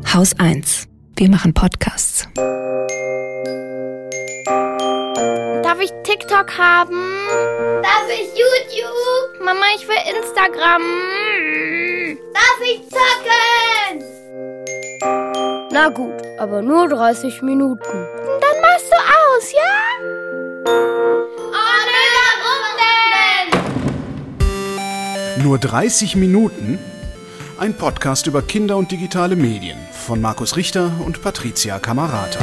Haus 1. Wir machen Podcasts. Darf ich TikTok haben? Darf ich YouTube? Mama, ich will Instagram. Darf ich zocken? Na gut, aber nur 30 Minuten. Dann machst du aus, ja? Oh nö, warum denn? Nur 30 Minuten? Ein Podcast über Kinder und digitale Medien von Markus Richter und Patricia Camerata.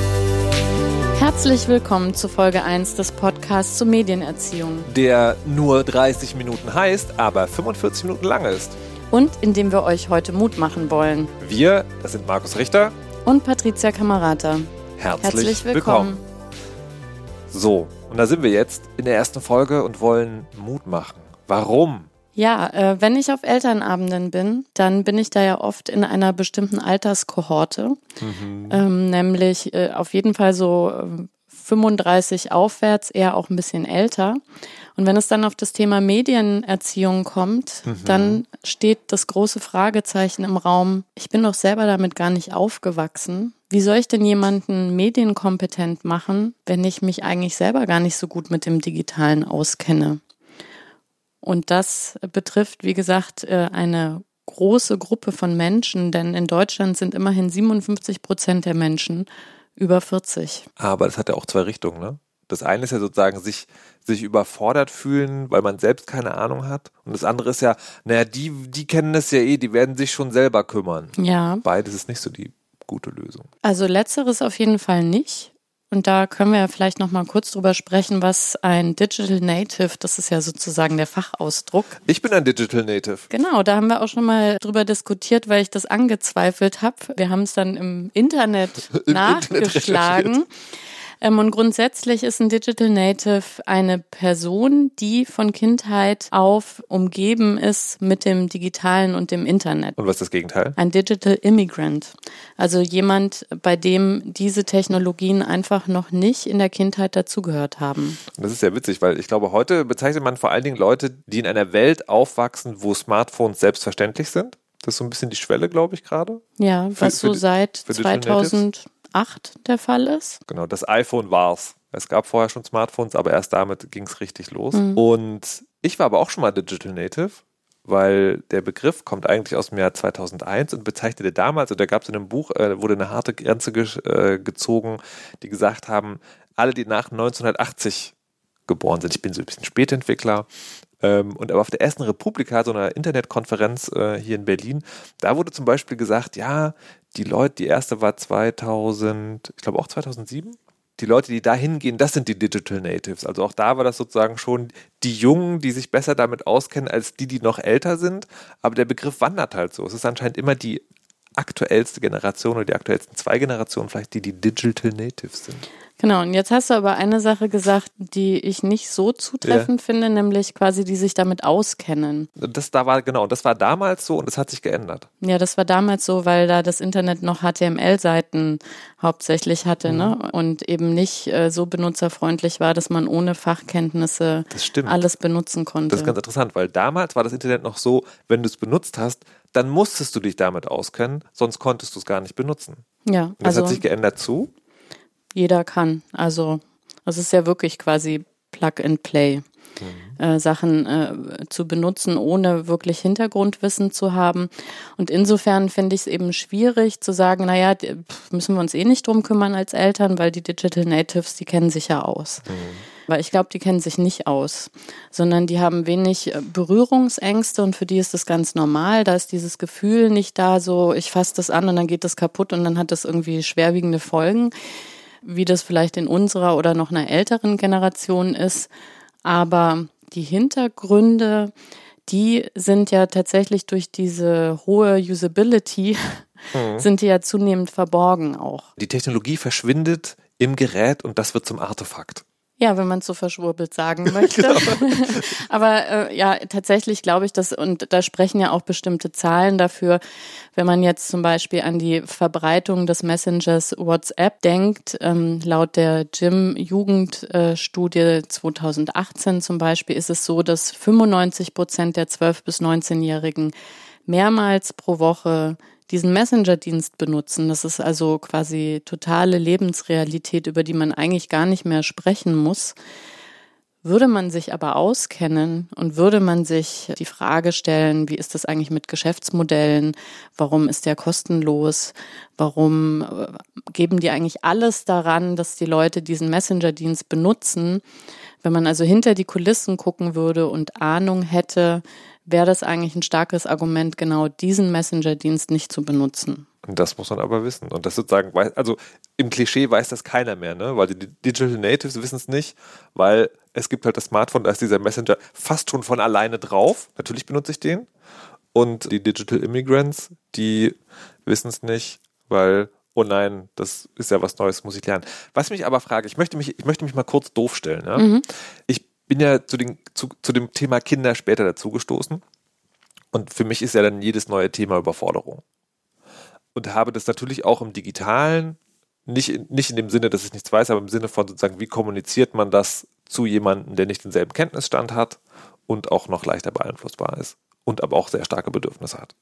Herzlich willkommen zu Folge 1 des Podcasts zur Medienerziehung. Der nur 30 Minuten heißt, aber 45 Minuten lang ist. Und in dem wir euch heute Mut machen wollen. Wir, das sind Markus Richter und Patricia Camerata. Herzlich willkommen. So, und da sind wir jetzt in der ersten Folge und wollen Mut machen. Warum? Ja, wenn ich auf Elternabenden bin, dann bin ich da ja oft in einer bestimmten Alterskohorte, nämlich auf jeden Fall so 35 aufwärts, eher auch ein bisschen älter. Und wenn es dann auf das Thema Medienerziehung kommt, dann steht das große Fragezeichen im Raum, ich bin doch selber damit gar nicht aufgewachsen. Wie soll ich denn jemanden medienkompetent machen, wenn ich mich eigentlich selber gar nicht so gut mit dem Digitalen auskenne? Und das betrifft, wie gesagt, eine große Gruppe von Menschen, denn in Deutschland sind immerhin 57% der Menschen über 40. Aber das hat ja auch zwei Richtungen, ne? Das eine ist ja sozusagen sich überfordert fühlen, weil man selbst keine Ahnung hat. Und das andere ist ja, naja, die kennen das ja eh, die werden sich schon selber kümmern. Ja. Beides ist nicht so die gute Lösung. Also letzteres auf jeden Fall nicht. Und da können wir ja vielleicht noch mal kurz drüber sprechen, was ein Digital Native, das ist ja sozusagen der Fachausdruck. Ich bin ein Digital Native. Genau, da haben wir auch schon mal drüber diskutiert, weil ich das angezweifelt habe. Wir haben es dann im Internet nachgeschlagen. Und grundsätzlich ist ein Digital Native eine Person, die von Kindheit auf umgeben ist mit dem Digitalen und dem Internet. Und was ist das Gegenteil? Ein Digital Immigrant. Also jemand, bei dem diese Technologien einfach noch nicht in der Kindheit dazugehört haben. Das ist ja witzig, weil ich glaube, heute bezeichnet man vor allen Dingen Leute, die in einer Welt aufwachsen, wo Smartphones selbstverständlich sind. Das ist so ein bisschen die Schwelle, glaube ich, gerade. Ja, was so seit 2008 der Fall ist. Genau, das iPhone war's. Es gab vorher schon Smartphones, aber erst damit ging es richtig los. Und ich war aber auch schon mal Digital Native, weil der Begriff kommt eigentlich aus dem Jahr 2001 und bezeichnete damals, und da gab es in einem Buch, wurde eine harte Grenze gezogen, die gesagt haben, alle, die nach 1980 geboren sind, ich bin so ein bisschen Spätentwickler, und aber auf der ersten Republika, so einer Internetkonferenz hier in Berlin, da wurde zum Beispiel gesagt, ja, die Leute, die erste war 2000, ich glaube auch 2007, die Leute, die da hingehen, das sind die Digital Natives. Also auch da war das sozusagen schon die Jungen, die sich besser damit auskennen, als die noch älter sind. Aber der Begriff wandert halt so. Es ist anscheinend immer die aktuellste Generation oder die aktuellsten zwei Generationen vielleicht, die Digital Natives sind. Genau, und jetzt hast du aber eine Sache gesagt, die ich nicht so zutreffend finde, nämlich quasi, die sich damit auskennen. Das war damals so und das hat sich geändert. Ja, das war damals so, weil da das Internet noch HTML-Seiten hauptsächlich hatte, ne? Und eben nicht so benutzerfreundlich war, dass man ohne Fachkenntnisse alles benutzen konnte. Das ist ganz interessant, weil damals war das Internet noch so, wenn du es benutzt hast, dann musstest du dich damit auskennen, sonst konntest du es gar nicht benutzen. Ja, und das hat sich geändert zu? Jeder kann. Also es ist ja wirklich quasi Plug and Play. Sachen zu benutzen, ohne wirklich Hintergrundwissen zu haben. Und insofern finde ich es eben schwierig zu sagen, naja, müssen wir uns eh nicht drum kümmern als Eltern, weil die Digital Natives, die kennen sich ja aus. Weil ich glaube, die kennen sich nicht aus, sondern die haben wenig Berührungsängste und für die ist das ganz normal. Da ist dieses Gefühl nicht da, so ich fasse das an und dann geht das kaputt und dann hat das irgendwie schwerwiegende Folgen, wie das vielleicht in unserer oder noch einer älteren Generation ist. Aber die Hintergründe, die sind ja tatsächlich durch diese hohe Usability, sind die ja zunehmend verborgen auch. Die Technologie verschwindet im Gerät und das wird zum Artefakt. Ja, wenn man es so verschwurbelt sagen möchte. Genau. Aber ja, tatsächlich glaube ich, und da sprechen ja auch bestimmte Zahlen dafür, wenn man jetzt zum Beispiel an die Verbreitung des Messengers WhatsApp denkt, laut der JIM-Jugendstudie 2018 zum Beispiel ist es so, dass 95% der 12- bis 19-Jährigen mehrmals pro Woche diesen Messenger-Dienst benutzen. Das ist also quasi totale Lebensrealität, über die man eigentlich gar nicht mehr sprechen muss. Würde man sich aber auskennen und würde man sich die Frage stellen, wie ist das eigentlich mit Geschäftsmodellen? Warum ist der kostenlos? Warum geben die eigentlich alles daran, dass die Leute diesen Messenger-Dienst benutzen? Wenn man also hinter die Kulissen gucken würde und Ahnung hätte, wäre das eigentlich ein starkes Argument, genau diesen Messenger-Dienst nicht zu benutzen. Und das muss man aber wissen. Und das sozusagen, also im Klischee weiß das keiner mehr, ne? Weil die Digital Natives wissen es nicht, weil es gibt halt das Smartphone, da ist dieser Messenger fast schon von alleine drauf. Natürlich benutze ich den. Und die Digital Immigrants, die wissen es nicht, weil, oh nein, das ist ja was Neues, muss ich lernen. Was mich aber frage, ich möchte mich mal kurz doof stellen. Ja? Ich bin ja zu dem Thema Kinder später dazugestoßen. Und für mich ist ja dann jedes neue Thema Überforderung. Und habe das natürlich auch im Digitalen, nicht in dem Sinne, dass ich nichts weiß, aber im Sinne von sozusagen, wie kommuniziert man das zu jemandem, der nicht denselben Kenntnisstand hat und auch noch leichter beeinflussbar ist und aber auch sehr starke Bedürfnisse hat.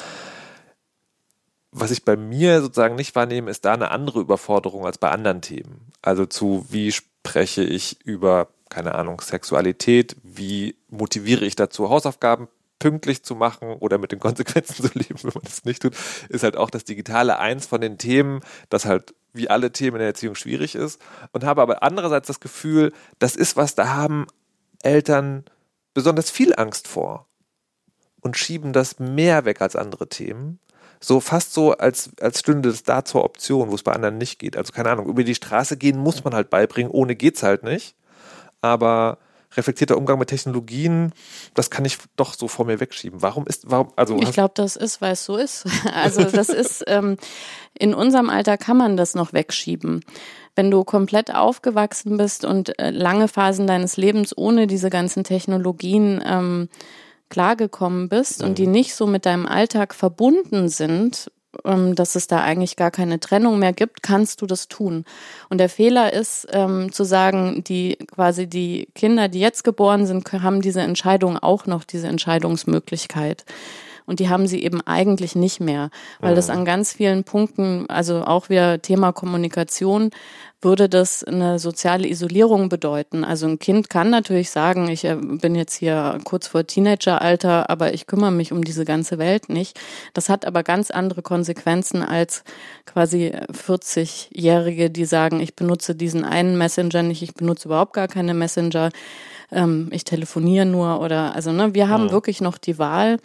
Was ich bei mir sozusagen nicht wahrnehme, ist da eine andere Überforderung als bei anderen Themen. Also wie spreche ich über, keine Ahnung, Sexualität, wie motiviere ich dazu, Hausaufgaben pünktlich zu machen oder mit den Konsequenzen zu leben, wenn man das nicht tut, ist halt auch das Digitale eins von den Themen, das halt wie alle Themen in der Erziehung schwierig ist, und habe aber andererseits das Gefühl, das ist was, da haben Eltern besonders viel Angst vor und schieben das mehr weg als andere Themen. So fast so, als stünde es da zur Option, wo es bei anderen nicht geht. Also keine Ahnung, über die Straße gehen muss man halt beibringen, ohne geht's halt nicht. Aber reflektierter Umgang mit Technologien, das kann ich doch so vor mir wegschieben. Ich glaube, das ist, weil es so ist. Also das ist, in unserem Alter kann man das noch wegschieben. Wenn du komplett aufgewachsen bist und lange Phasen deines Lebens ohne diese ganzen Technologien klargekommen bist und die nicht so mit deinem Alltag verbunden sind, dass es da eigentlich gar keine Trennung mehr gibt, kannst du das tun. Und der Fehler ist, zu sagen, die Kinder, die jetzt geboren sind, haben diese Entscheidung auch noch, diese Entscheidungsmöglichkeit. Und die haben sie eben eigentlich nicht mehr, weil das an ganz vielen Punkten, also auch wieder Thema Kommunikation, würde das eine soziale Isolierung bedeuten. Also ein Kind kann natürlich sagen, ich bin jetzt hier kurz vor Teenageralter, aber ich kümmere mich um diese ganze Welt nicht. Das hat aber ganz andere Konsequenzen als quasi 40-Jährige, die sagen, ich benutze diesen einen Messenger nicht, ich benutze überhaupt gar keine Messenger, ich telefoniere nur wir haben wirklich noch die Wahl.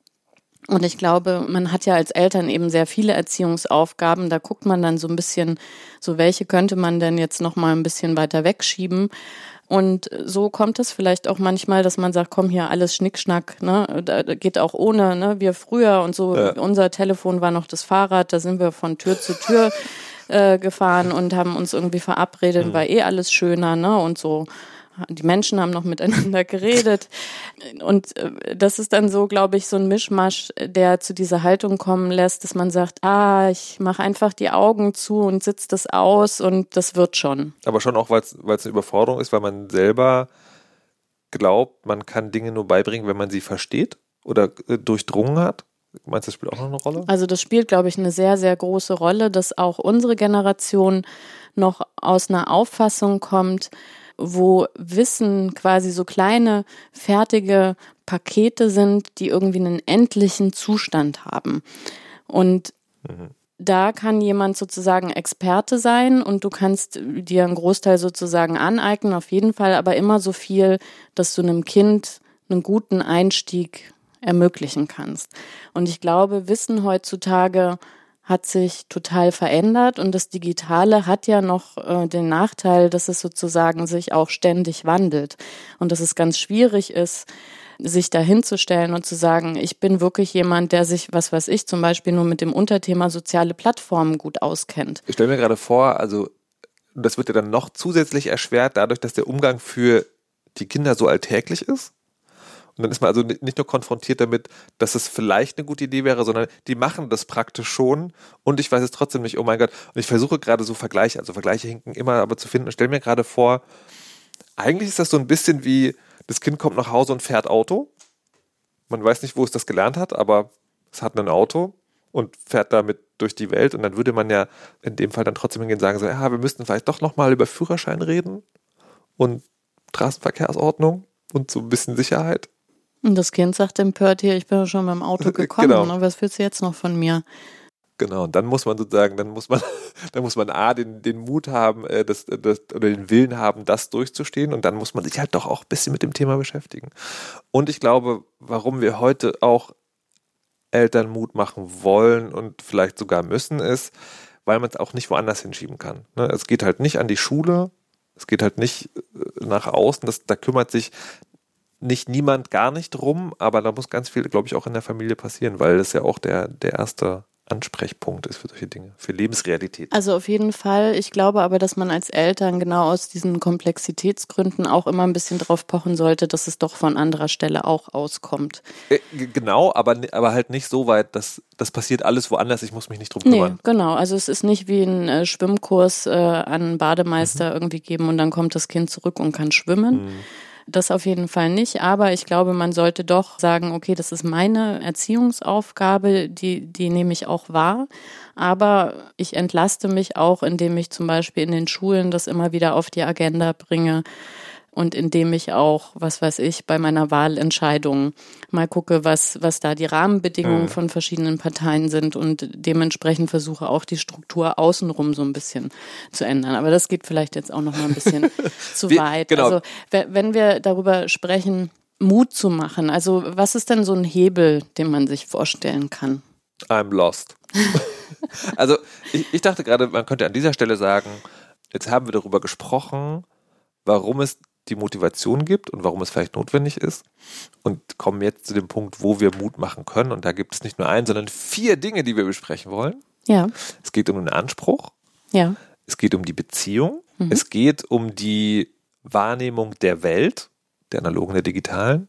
Und ich glaube, man hat ja als Eltern eben sehr viele Erziehungsaufgaben. Da guckt man dann so ein bisschen, so welche könnte man denn jetzt noch mal ein bisschen weiter wegschieben. Und so kommt es vielleicht auch manchmal, dass man sagt, komm hier, alles Schnickschnack, ne, da geht auch ohne, ne, wir früher und so. Ja. Unser Telefon war noch das Fahrrad, da sind wir von Tür zu Tür gefahren und haben uns irgendwie verabredet, war alles schöner, ne, und so. Die Menschen haben noch miteinander geredet und das ist dann so, glaube ich, so ein Mischmasch, der zu dieser Haltung kommen lässt, dass man sagt, ich mache einfach die Augen zu und sitze das aus und das wird schon. Aber schon auch, weil es eine Überforderung ist, weil man selber glaubt, man kann Dinge nur beibringen, wenn man sie versteht oder durchdrungen hat. Meinst du, das spielt auch noch eine Rolle? Also das spielt, glaube ich, eine sehr, sehr große Rolle, dass auch unsere Generation noch aus einer Auffassung kommt, wo Wissen quasi so kleine, fertige Pakete sind, die irgendwie einen endlichen Zustand haben. Und da kann jemand sozusagen Experte sein und du kannst dir einen Großteil sozusagen aneignen, auf jeden Fall, aber immer so viel, dass du einem Kind einen guten Einstieg ermöglichen kannst. Und ich glaube, Wissen heutzutage hat sich total verändert und das Digitale hat ja noch den Nachteil, dass es sozusagen sich auch ständig wandelt und dass es ganz schwierig ist, sich da hinzustellen und zu sagen, ich bin wirklich jemand, der sich, was weiß ich, zum Beispiel nur mit dem Unterthema soziale Plattformen gut auskennt. Ich stelle mir gerade vor, also das wird ja dann noch zusätzlich erschwert, dadurch, dass der Umgang für die Kinder so alltäglich ist. Und dann ist man also nicht nur konfrontiert damit, dass es vielleicht eine gute Idee wäre, sondern die machen das praktisch schon und ich weiß es trotzdem nicht, oh mein Gott. Und ich versuche gerade so Vergleiche hinken immer aber zu finden und stelle mir gerade vor, eigentlich ist das so ein bisschen wie, das Kind kommt nach Hause und fährt Auto. Man weiß nicht, wo es das gelernt hat, aber es hat ein Auto und fährt damit durch die Welt. Und dann würde man ja in dem Fall dann trotzdem hingehen und sagen, so, ja, wir müssten vielleicht doch nochmal über Führerschein reden und Straßenverkehrsordnung und so ein bisschen Sicherheit. Und das Kind sagt empört hier, ich bin ja schon beim Auto gekommen, genau. Ne? Was willst du jetzt noch von mir? Genau, und dann muss man sozusagen, dann muss man A, den Mut haben, oder den Willen haben, das durchzustehen, und dann muss man sich halt doch auch ein bisschen mit dem Thema beschäftigen. Und ich glaube, warum wir heute auch Eltern Mut machen wollen und vielleicht sogar müssen, ist, weil man es auch nicht woanders hinschieben kann. Ne? Es geht halt nicht an die Schule, es geht halt nicht nach außen, da kümmert sich nicht niemand gar nicht drum, aber da muss ganz viel, glaube ich, auch in der Familie passieren, weil das ja auch der erste Ansprechpunkt ist für solche Dinge, für Lebensrealität. Also auf jeden Fall. Ich glaube aber, dass man als Eltern genau aus diesen Komplexitätsgründen auch immer ein bisschen drauf pochen sollte, dass es doch von anderer Stelle auch auskommt. Genau, aber halt nicht so weit, dass das passiert alles woanders, ich muss mich nicht drum kümmern. Nee, genau. Also es ist nicht wie ein Schwimmkurs an einen Bademeister irgendwie geben und dann kommt das Kind zurück und kann schwimmen. Das auf jeden Fall nicht, aber ich glaube, man sollte doch sagen, okay, das ist meine Erziehungsaufgabe, die nehme ich auch wahr, aber ich entlaste mich auch, indem ich zum Beispiel in den Schulen das immer wieder auf die Agenda bringe und indem ich auch, was weiß ich, bei meiner Wahlentscheidung mal gucke, was da die Rahmenbedingungen von verschiedenen Parteien sind und dementsprechend versuche auch die Struktur außenrum so ein bisschen zu ändern. Aber das geht vielleicht jetzt auch noch mal ein bisschen zu weit. Genau. Also wenn wir darüber sprechen, Mut zu machen, also was ist denn so ein Hebel, den man sich vorstellen kann? I'm lost. Also ich dachte gerade, man könnte an dieser Stelle sagen, jetzt haben wir darüber gesprochen, warum es die Motivation gibt und warum es vielleicht notwendig ist, und kommen jetzt zu dem Punkt, wo wir Mut machen können, und da gibt es nicht nur einen, sondern 4 Dinge, die wir besprechen wollen. Ja. Es geht um den Anspruch, Ja. es geht um die Beziehung, es geht um die Wahrnehmung der Welt, der analogen, der digitalen,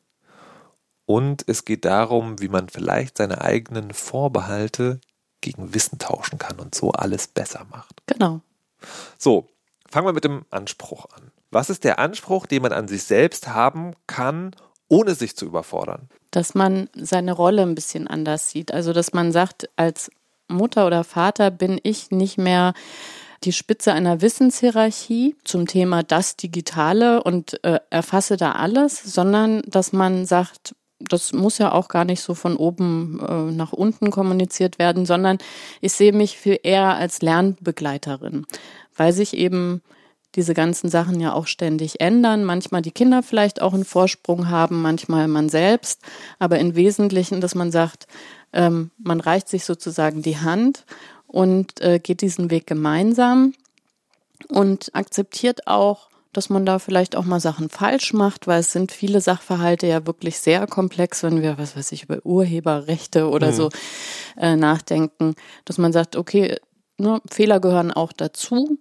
und es geht darum, wie man vielleicht seine eigenen Vorbehalte gegen Wissen tauschen kann und so alles besser macht. Genau. So, fangen wir mit dem Anspruch an. Was ist der Anspruch, den man an sich selbst haben kann, ohne sich zu überfordern? Dass man seine Rolle ein bisschen anders sieht. Also, dass man sagt, als Mutter oder Vater bin ich nicht mehr die Spitze einer Wissenshierarchie zum Thema das Digitale und erfasse da alles, sondern dass man sagt, das muss ja auch gar nicht so von oben nach unten kommuniziert werden, sondern ich sehe mich viel eher als Lernbegleiterin, weil sich eben diese ganzen Sachen ja auch ständig ändern. Manchmal die Kinder vielleicht auch einen Vorsprung haben, manchmal man selbst. Aber im Wesentlichen, dass man sagt, man reicht sich sozusagen die Hand und geht diesen Weg gemeinsam und akzeptiert auch, dass man da vielleicht auch mal Sachen falsch macht, weil es sind viele Sachverhalte ja wirklich sehr komplex, wenn wir, was weiß ich, über Urheberrechte oder so nachdenken, dass man sagt, okay, ne, Fehler gehören auch dazu.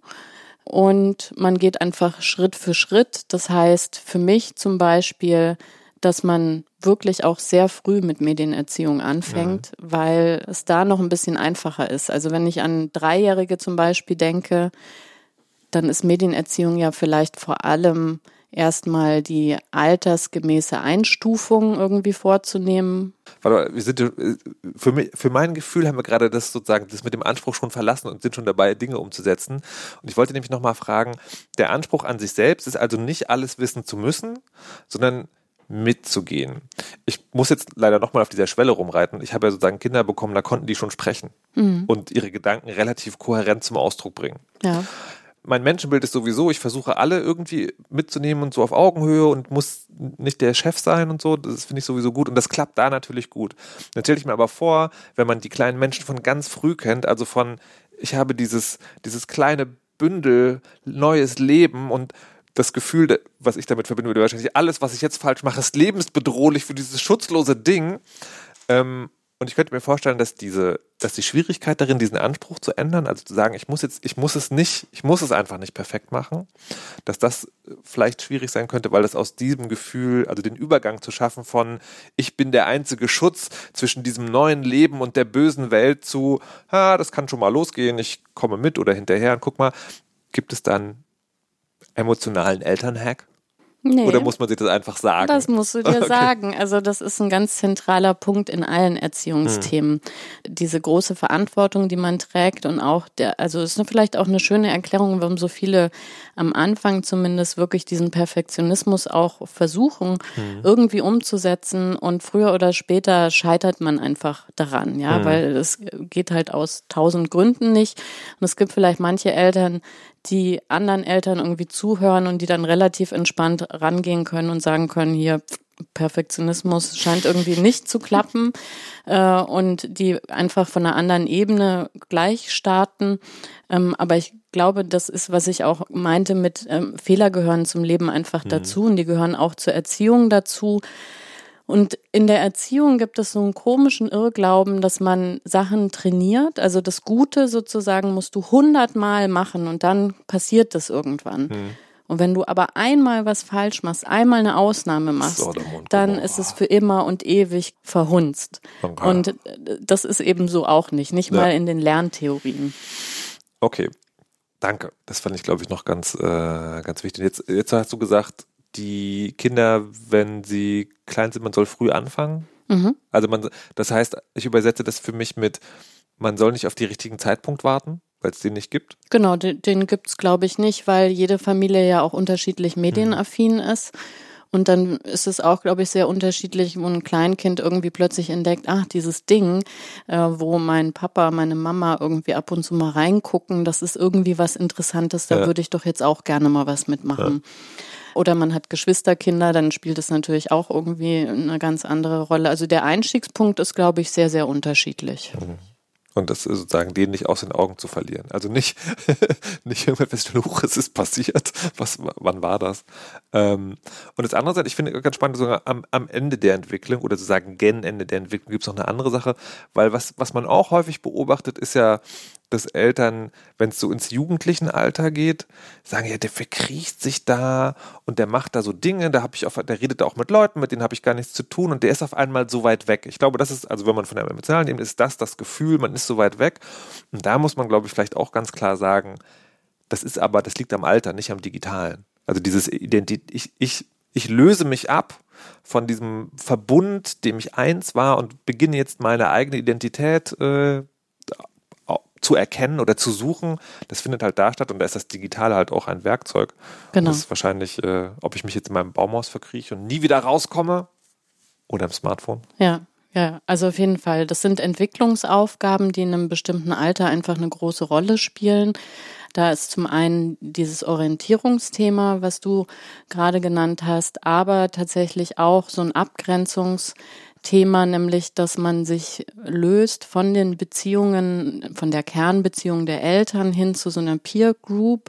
Und man geht einfach Schritt für Schritt. Das heißt für mich zum Beispiel, dass man wirklich auch sehr früh mit Medienerziehung anfängt, weil es da noch ein bisschen einfacher ist. Also wenn ich an 3-Jährige zum Beispiel denke, dann ist Medienerziehung ja vielleicht vor allem erstmal die altersgemäße Einstufung irgendwie vorzunehmen. Warte, wir sind für mein Gefühl haben wir gerade das sozusagen das mit dem Anspruch schon verlassen und sind schon dabei, Dinge umzusetzen. Und ich wollte nämlich nochmal fragen, der Anspruch an sich selbst ist also nicht alles wissen zu müssen, sondern mitzugehen. Ich muss jetzt leider nochmal auf dieser Schwelle rumreiten. Ich habe ja sozusagen Kinder bekommen, da konnten die schon sprechen und ihre Gedanken relativ kohärent zum Ausdruck bringen. Ja. Mein Menschenbild ist sowieso, ich versuche alle irgendwie mitzunehmen und so auf Augenhöhe und muss nicht der Chef sein und so. Das finde ich sowieso gut und das klappt da natürlich gut. Dann stelle ich mir aber vor, wenn man die kleinen Menschen von ganz früh kennt, also von, ich habe dieses kleine Bündel neues Leben und das Gefühl, was ich damit verbinde, würde wahrscheinlich alles, was ich jetzt falsch mache, ist lebensbedrohlich für dieses schutzlose Ding. Und ich könnte mir vorstellen, dass die Schwierigkeit darin, diesen Anspruch zu ändern, also zu sagen, ich muss es einfach nicht perfekt machen, dass das vielleicht schwierig sein könnte, weil das aus diesem Gefühl, also den Übergang zu schaffen von, ich bin der einzige Schutz zwischen diesem neuen Leben und der bösen Welt zu, das kann schon mal losgehen, ich komme mit oder hinterher und guck mal, gibt es dann emotionalen Elternhack? Nee. Oder muss man sich das einfach sagen? Das musst du dir sagen. Also das ist ein ganz zentraler Punkt in allen Erziehungsthemen. Diese große Verantwortung, die man trägt und auch also es ist vielleicht auch eine schöne Erklärung, warum so viele am Anfang zumindest wirklich diesen Perfektionismus auch versuchen, irgendwie umzusetzen und früher oder später scheitert man einfach daran, ja, weil es geht halt aus 1000 Gründen nicht. Und es gibt vielleicht manche Eltern, die anderen Eltern irgendwie zuhören und die dann relativ entspannt rangehen können und sagen können, hier Perfektionismus scheint irgendwie nicht zu klappen und die einfach von einer anderen Ebene gleich starten. Aber ich glaube, das ist, was ich auch meinte mit Fehler gehören zum Leben einfach dazu und die gehören auch zur Erziehung dazu. Und in der Erziehung gibt es so einen komischen Irrglauben, dass man Sachen trainiert. Also das Gute sozusagen musst du 100-mal machen und dann passiert das irgendwann. Und wenn du aber einmal was falsch machst, einmal eine Ausnahme machst, dann ist es für immer und ewig verhunzt. Okay. Und das ist eben so auch nicht mal in den Lerntheorien. Okay, danke. Das fand ich, glaube ich, noch ganz wichtig. Jetzt hast du gesagt, die Kinder, wenn sie klein sind, man soll früh anfangen. Also das heißt, ich übersetze das für mich mit, man soll nicht auf den richtigen Zeitpunkt warten, weil es den nicht gibt. Genau, den gibt es, glaube ich, nicht, weil jede Familie ja auch unterschiedlich medienaffin ist. Und dann ist es auch, glaube ich, sehr unterschiedlich, wo ein Kleinkind irgendwie plötzlich entdeckt, dieses Ding, wo mein Papa, meine Mama irgendwie ab und zu mal reingucken, das ist irgendwie was Interessantes, da würde ich doch jetzt auch gerne mal was mitmachen. Ja. Oder man hat Geschwisterkinder, dann spielt es natürlich auch irgendwie eine ganz andere Rolle. Also der Einstiegspunkt ist, glaube ich, sehr, sehr unterschiedlich. Und das ist sozusagen, den nicht aus den Augen zu verlieren. Also nicht irgendwann feststellen, es ist passiert. Wann war das? Und das andere Seite, ich finde ganz spannend, sogar am Ende der Entwicklung oder sozusagen gen Ende der Entwicklung gibt es noch eine andere Sache, weil was man auch häufig beobachtet, ist ja, dass Eltern, wenn es so ins jugendlichen Alter geht, sagen, ja, der verkriecht sich da und der macht da so Dinge, der redet auch mit Leuten, mit denen habe ich gar nichts zu tun und der ist auf einmal so weit weg. Ich glaube, das ist, also wenn man von der emotionalen Ebene ist, das Gefühl, man ist so weit weg. Und da muss man, glaube ich, vielleicht auch ganz klar sagen, das liegt am Alter, nicht am Digitalen. Also dieses ich löse mich ab von diesem Verbund, dem ich eins war und beginne jetzt meine eigene Identität zu erkennen oder zu suchen, das findet halt da statt und da ist das Digitale halt auch ein Werkzeug. Genau. Und das ist wahrscheinlich, ob ich mich jetzt in meinem Baumhaus verkrieche und nie wieder rauskomme oder im Smartphone. Ja, also auf jeden Fall. Das sind Entwicklungsaufgaben, die in einem bestimmten Alter einfach eine große Rolle spielen. Da ist zum einen dieses Orientierungsthema, was du gerade genannt hast, aber tatsächlich auch so ein Abgrenzungsthema, nämlich, dass man sich löst von den Beziehungen, von der Kernbeziehung der Eltern hin zu so einer Peer Group.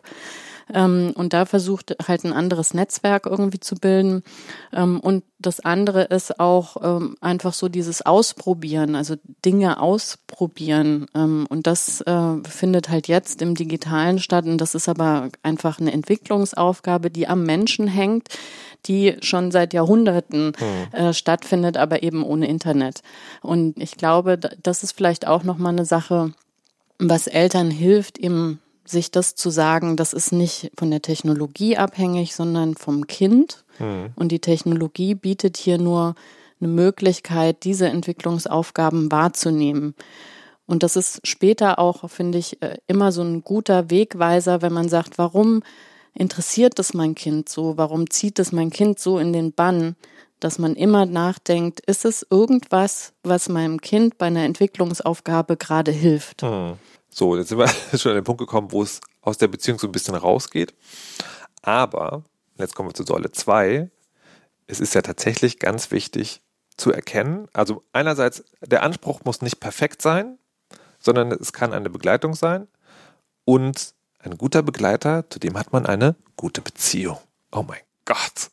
Und da versucht halt ein anderes Netzwerk irgendwie zu bilden. Und das andere ist auch einfach so dieses Ausprobieren, also Dinge ausprobieren. Und das findet halt jetzt im Digitalen statt. Und das ist aber einfach eine Entwicklungsaufgabe, die am Menschen hängt, die schon seit Jahrhunderten stattfindet, aber eben ohne Internet. Und ich glaube, das ist vielleicht auch nochmal eine Sache, was Eltern hilft, eben sich das zu sagen, das ist nicht von der Technologie abhängig, sondern vom Kind. Und die Technologie bietet hier nur eine Möglichkeit, diese Entwicklungsaufgaben wahrzunehmen. Und das ist später auch, finde ich, immer so ein guter Wegweiser, wenn man sagt, warum interessiert das mein Kind so? Warum zieht es mein Kind so in den Bann? Dass man immer nachdenkt, ist es irgendwas, was meinem Kind bei einer Entwicklungsaufgabe gerade hilft? So, jetzt sind wir schon an den Punkt gekommen, wo es aus der Beziehung so ein bisschen rausgeht. Aber, jetzt kommen wir zu Säule 2, es ist ja tatsächlich ganz wichtig zu erkennen, also einerseits, der Anspruch muss nicht perfekt sein, sondern es kann eine Begleitung sein und ein guter Begleiter, zu dem hat man eine gute Beziehung. Oh mein Gott,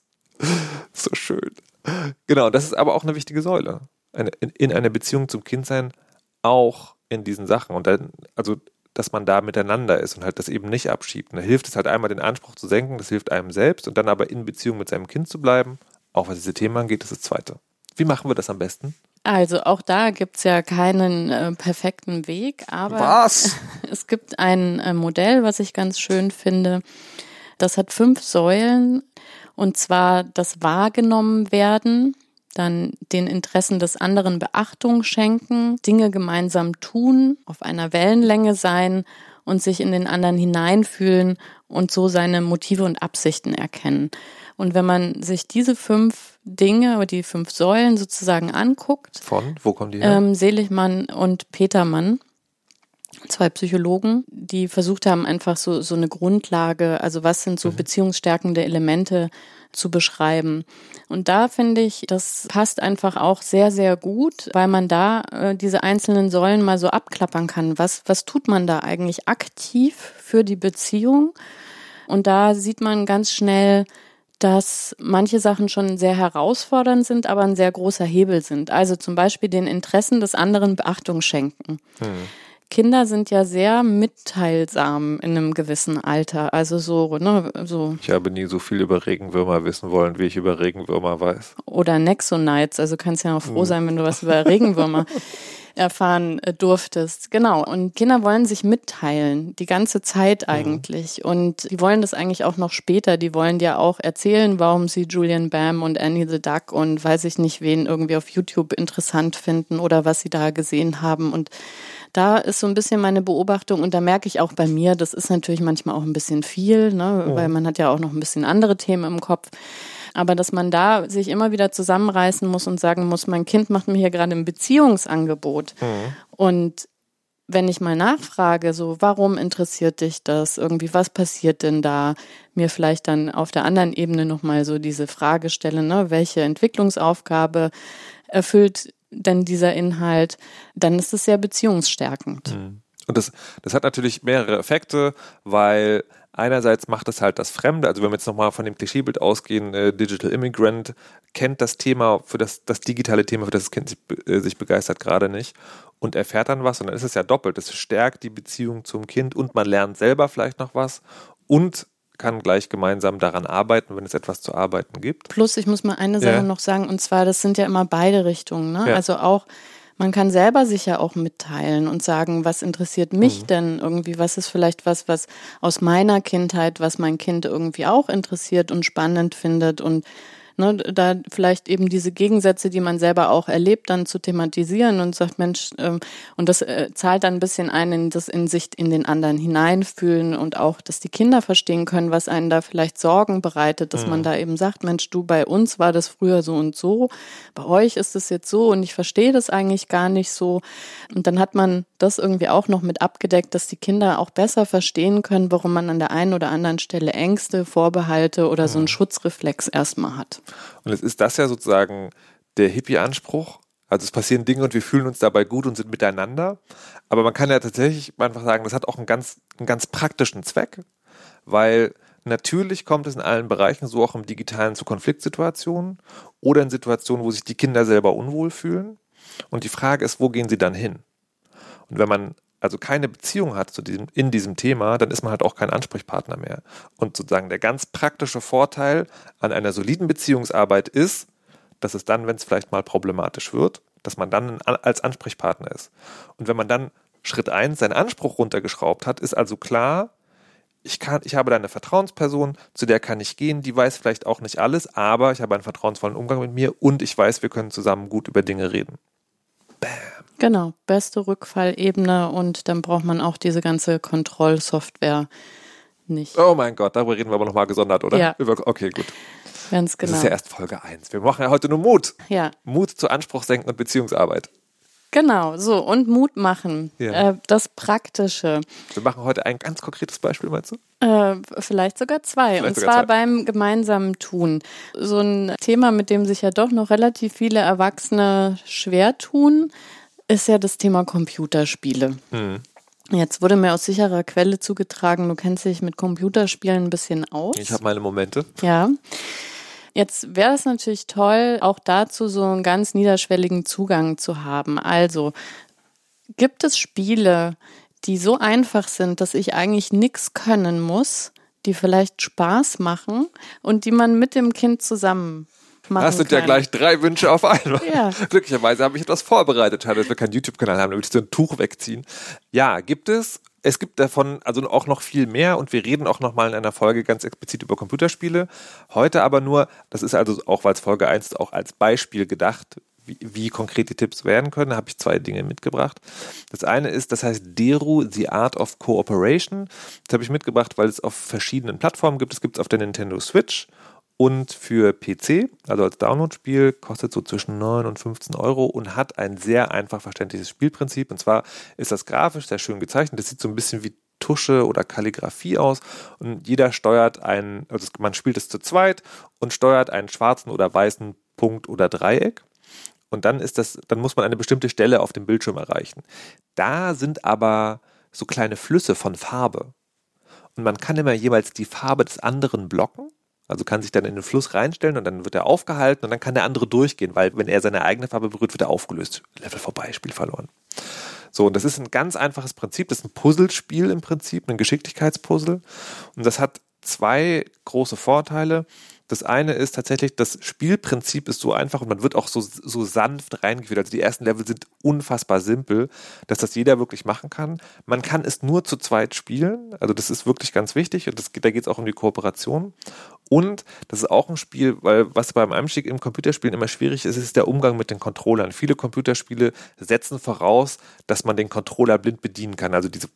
so schön. Genau, das ist aber auch eine wichtige Säule. In einer Beziehung zum Kind sein, auch in diesen Sachen und dann, also dass man da miteinander ist und halt das eben nicht abschiebt. Und da hilft es halt einmal, den Anspruch zu senken, das hilft einem selbst und dann aber in Beziehung mit seinem Kind zu bleiben, auch was diese Themen angeht, das ist das Zweite. Wie machen wir das am besten? Also auch da gibt's ja keinen perfekten Weg, aber es gibt ein Modell, was ich ganz schön finde. Das hat 5 Säulen Und zwar das wahrgenommen werden, dann den Interessen des anderen Beachtung schenken, Dinge gemeinsam tun, auf einer Wellenlänge sein und sich in den anderen hineinfühlen und so seine Motive und Absichten erkennen. Und wenn man sich diese 5 Dinge oder die 5 Säulen sozusagen anguckt, wo kommen die her? Seligmann und Petermann, 2 Psychologen, die versucht haben, einfach so eine Grundlage, also was sind so beziehungsstärkende Elemente zu beschreiben. Und da finde ich, das passt einfach auch sehr, sehr gut, weil man da diese einzelnen Säulen mal so abklappern kann. Was tut man da eigentlich aktiv für die Beziehung? Und da sieht man ganz schnell, dass manche Sachen schon sehr herausfordernd sind, aber ein sehr großer Hebel sind. Also zum Beispiel den Interessen des anderen Beachtung schenken. Kinder sind ja sehr mitteilsam in einem gewissen Alter. Also so. Ich habe nie so viel über Regenwürmer wissen wollen, wie ich über Regenwürmer weiß. Oder Nexonites. Also kannst ja auch froh sein, wenn du was über Regenwürmer erfahren durftest. Genau. Und Kinder wollen sich mitteilen, die ganze Zeit eigentlich. Und die wollen das eigentlich auch noch später. Die wollen dir auch erzählen, warum sie Julian Bam und Annie the Duck und weiß ich nicht wen irgendwie auf YouTube interessant finden oder was sie da gesehen haben. Und da ist so ein bisschen meine Beobachtung und da merke ich auch bei mir, das ist natürlich manchmal auch ein bisschen viel, weil man hat ja auch noch ein bisschen andere Themen im Kopf. Aber dass man da sich immer wieder zusammenreißen muss und sagen muss, mein Kind macht mir hier gerade ein Beziehungsangebot. Und wenn ich mal nachfrage, so, warum interessiert dich das? Irgendwie, was passiert denn da? Mir vielleicht dann auf der anderen Ebene nochmal so diese Frage stelle, welche Entwicklungsaufgabe erfüllt denn dieser Inhalt, dann ist es sehr beziehungsstärkend. Und das hat natürlich mehrere Effekte, weil einerseits macht es halt das Fremde, also wenn wir jetzt nochmal von dem Klischeebild ausgehen, Digital Immigrant kennt das Thema, für das digitale Thema, für das das Kind sich begeistert, gerade nicht und erfährt dann was und dann ist es ja doppelt. Es stärkt die Beziehung zum Kind und man lernt selber vielleicht noch was und kann gleich gemeinsam daran arbeiten, wenn es etwas zu arbeiten gibt. Plus, ich muss mal eine Sache noch sagen, und zwar, das sind ja immer beide Richtungen, ne? Ja. Also auch, man kann selber sich ja auch mitteilen und sagen, was interessiert mich denn irgendwie, was ist vielleicht was aus meiner Kindheit, was mein Kind irgendwie auch interessiert und spannend findet und da vielleicht eben diese Gegensätze, die man selber auch erlebt, dann zu thematisieren und sagt, Mensch, und das zahlt dann ein bisschen ein in das in sich in den anderen hineinfühlen und auch, dass die Kinder verstehen können, was einen da vielleicht Sorgen bereitet, dass man da eben sagt, Mensch, du, bei uns war das früher so und so, bei euch ist es jetzt so und ich verstehe das eigentlich gar nicht so. Und dann hat man das irgendwie auch noch mit abgedeckt, dass die Kinder auch besser verstehen können, warum man an der einen oder anderen Stelle Ängste, Vorbehalte oder so einen Schutzreflex erstmal hat. Und jetzt ist das ja sozusagen der Hippie-Anspruch. Also es passieren Dinge und wir fühlen uns dabei gut und sind miteinander. Aber man kann ja tatsächlich einfach sagen, das hat auch einen ganz praktischen Zweck, weil natürlich kommt es in allen Bereichen, so auch im Digitalen, zu Konfliktsituationen oder in Situationen, wo sich die Kinder selber unwohl fühlen. Und die Frage ist, wo gehen sie dann hin? Und wenn man also keine Beziehung hat in diesem Thema, dann ist man halt auch kein Ansprechpartner mehr. Und sozusagen der ganz praktische Vorteil an einer soliden Beziehungsarbeit ist, dass es dann, wenn es vielleicht mal problematisch wird, dass man dann als Ansprechpartner ist. Und wenn man dann Schritt 1 seinen Anspruch runtergeschraubt hat, ist also klar, ich habe da eine Vertrauensperson, zu der kann ich gehen, die weiß vielleicht auch nicht alles, aber ich habe einen vertrauensvollen Umgang mit mir und ich weiß, wir können zusammen gut über Dinge reden. Bam. Genau, beste Rückfallebene und dann braucht man auch diese ganze Kontrollsoftware nicht. Oh mein Gott, darüber reden wir aber nochmal gesondert, oder? Ja. Okay, gut. Ganz genau. Das ist ja erst Folge 1. Wir machen ja heute nur Mut. Ja. Mut zu Anspruchssenken und Beziehungsarbeit. Genau, so und Mut machen, das Praktische. Wir machen heute ein ganz konkretes Beispiel, meinst du? Vielleicht sogar zwei. Und zwar beim gemeinsamen Tun. So ein Thema, mit dem sich ja doch noch relativ viele Erwachsene schwer tun, ist ja das Thema Computerspiele. Jetzt wurde mir aus sicherer Quelle zugetragen, du kennst dich mit Computerspielen ein bisschen aus. Ich habe meine Momente. Ja. Jetzt wäre es natürlich toll, auch dazu so einen ganz niederschwelligen Zugang zu haben. Also gibt es Spiele, die so einfach sind, dass ich eigentlich nichts können muss, die vielleicht Spaß machen und die man mit dem Kind zusammen machen Das sind kann. ja gleich 3 Wünsche auf einmal. Ja. Glücklicherweise habe ich etwas vorbereitet. Schade, dass wir keinen YouTube-Kanal haben, damit ich so ein Tuch wegziehen. Ja, gibt es. Es gibt davon also auch noch viel mehr und wir reden auch nochmal in einer Folge ganz explizit über Computerspiele. Heute aber nur, das ist also auch, weil es Folge 1 auch als Beispiel gedacht, wie konkret die Tipps werden können, habe ich 2 Dinge mitgebracht. Das eine ist, das heißt Deru, The Art of Cooperation. Das habe ich mitgebracht, weil es auf verschiedenen Plattformen gibt. Es gibt es auf der Nintendo Switch und für PC, also als Download-Spiel, kostet so zwischen 9 und 15 Euro und hat ein sehr einfach verständliches Spielprinzip. Und zwar ist das grafisch sehr schön gezeichnet. Das sieht so ein bisschen wie Tusche oder Kalligrafie aus und jeder steuert also man spielt es zu zweit und steuert einen schwarzen oder weißen Punkt oder Dreieck. Und dann muss man eine bestimmte Stelle auf dem Bildschirm erreichen. Da sind aber so kleine Flüsse von Farbe. Und man kann immer jeweils die Farbe des anderen blocken. Also kann sich dann in den Fluss reinstellen und dann wird er aufgehalten und dann kann der andere durchgehen, weil wenn er seine eigene Farbe berührt, wird er aufgelöst. Level vorbei, Spiel verloren. So, und das ist ein ganz einfaches Prinzip. Das ist ein Puzzlespiel im Prinzip, ein Geschicklichkeitspuzzle. Und das hat 2 große Vorteile. Das eine ist tatsächlich, das Spielprinzip ist so einfach und man wird auch so sanft reingeführt. Also die ersten Level sind unfassbar simpel, dass das jeder wirklich machen kann. Man kann es nur zu zweit spielen, also das ist wirklich ganz wichtig und da geht es auch um die Kooperation. Und das ist auch ein Spiel, weil was beim Einstieg im Computerspielen immer schwierig ist, ist der Umgang mit den Controllern. Viele Computerspiele setzen voraus, dass man den Controller blind bedienen kann. Also diese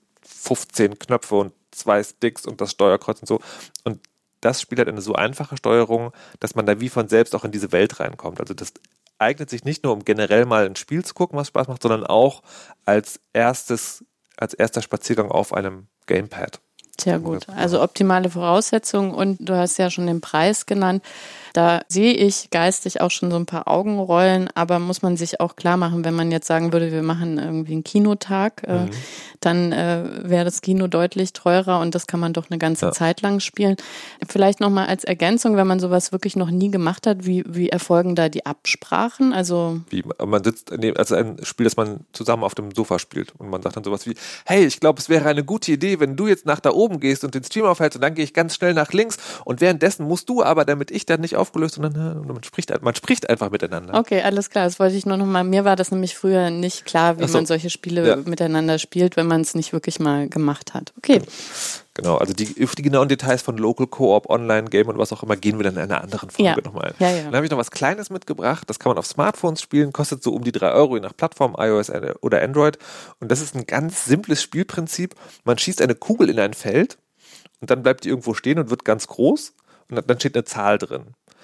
15 Knöpfe und 2 Sticks und das Steuerkreuz und so. Und das Spiel hat eine so einfache Steuerung, dass man da wie von selbst auch in diese Welt reinkommt. Also das eignet sich nicht nur, um generell mal ein Spiel zu gucken, was Spaß macht, sondern auch als erster Spaziergang auf einem Gamepad. Sehr gut. Also optimale Voraussetzungen und du hast ja schon den Preis genannt. Da sehe ich geistig auch schon so ein paar Augenrollen, aber muss man sich auch klar machen, wenn man jetzt sagen würde, wir machen irgendwie einen Kinotag, dann wäre das Kino deutlich teurer und das kann man doch eine ganze Zeit lang spielen. Vielleicht nochmal als Ergänzung, wenn man sowas wirklich noch nie gemacht hat, wie erfolgen da die Absprachen? Also man sitzt, also ein Spiel, das man zusammen auf dem Sofa spielt und man sagt dann sowas wie, hey, ich glaube, es wäre eine gute Idee, wenn du jetzt nach da oben gehst und den Stream aufhältst und dann gehe ich ganz schnell nach links und währenddessen musst du aber, damit ich dann nicht aufgelöst und dann man spricht einfach miteinander. Okay, alles klar, das wollte ich nur noch mal, mir war das nämlich früher nicht klar, wie man solche Spiele miteinander spielt, wenn man es nicht wirklich mal gemacht hat. Okay. Genau, also auf die genauen Details von Local Co-op, Online-Game und was auch immer gehen wir dann in einer anderen Folge nochmal ein. Ja. Dann habe ich noch was Kleines mitgebracht, das kann man auf Smartphones spielen, kostet so um die 3 Euro, je nach Plattform, iOS oder Android. Und das ist ein ganz simples Spielprinzip. Man schießt eine Kugel in ein Feld und dann bleibt die irgendwo stehen und wird ganz groß und dann steht eine Zahl drin.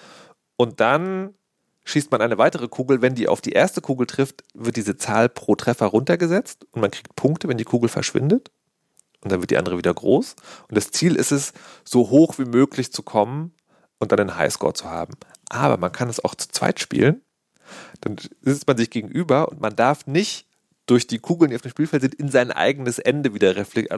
Und dann schießt man eine weitere Kugel, wenn die auf die erste Kugel trifft, wird diese Zahl pro Treffer runtergesetzt und man kriegt Punkte, wenn die Kugel verschwindet. Und dann wird die andere wieder groß. Und das Ziel ist es, so hoch wie möglich zu kommen und dann einen Highscore zu haben. Aber man kann es auch zu zweit spielen. Dann sitzt man sich gegenüber und man darf nicht durch die Kugeln, die auf dem Spielfeld sind, in sein eigenes Ende wieder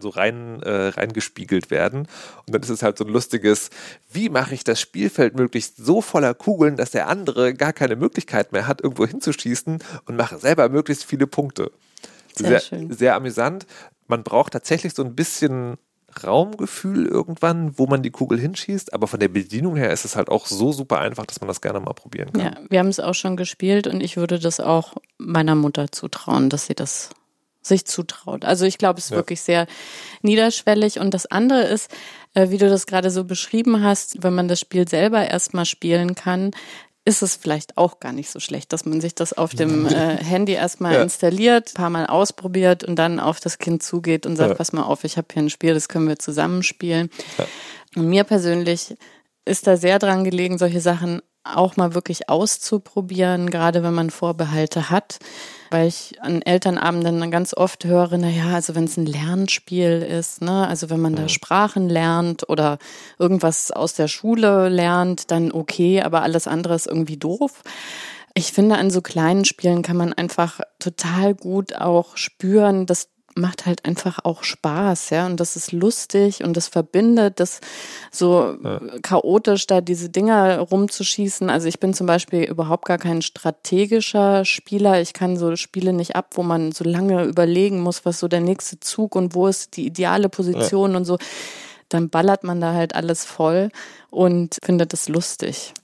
reingespiegelt werden. Und dann ist es halt so ein lustiges, wie mache ich das Spielfeld möglichst so voller Kugeln, dass der andere gar keine Möglichkeit mehr hat, irgendwo hinzuschießen und mache selber möglichst viele Punkte. Sehr schön. Sehr amüsant. Man braucht tatsächlich so ein bisschen Raumgefühl irgendwann, wo man die Kugel hinschießt, aber von der Bedienung her ist es halt auch so super einfach, dass man das gerne mal probieren kann. Ja, wir haben es auch schon gespielt und ich würde das auch meiner Mutter zutrauen, dass sie das sich zutraut. Also ich glaube, es ist wirklich sehr niederschwellig und das andere ist, wie du das gerade so beschrieben hast, wenn man das Spiel selber erstmal spielen kann, ist es vielleicht auch gar nicht so schlecht, dass man sich das auf dem Handy erstmal installiert, ein paar Mal ausprobiert und dann auf das Kind zugeht und sagt, pass mal auf, ich habe hier ein Spiel, das können wir zusammen spielen. Ja. Und mir persönlich ist da sehr dran gelegen, solche Sachen auch mal wirklich auszuprobieren, gerade wenn man Vorbehalte hat, weil ich an Elternabenden dann ganz oft höre, also wenn es ein Lernspiel ist, ne, also wenn man da Sprachen lernt oder irgendwas aus der Schule lernt, dann okay, aber alles andere ist irgendwie doof. Ich finde, an so kleinen Spielen kann man einfach total gut auch spüren, dass macht halt einfach auch Spaß, ja, und das ist lustig und das verbindet, das so chaotisch da diese Dinger rumzuschießen. Also ich bin zum Beispiel überhaupt gar kein strategischer Spieler. Ich kann so Spiele nicht ab, wo man so lange überlegen muss, was so der nächste Zug und wo ist die ideale Position und so. Dann ballert man da halt alles voll und findet es lustig.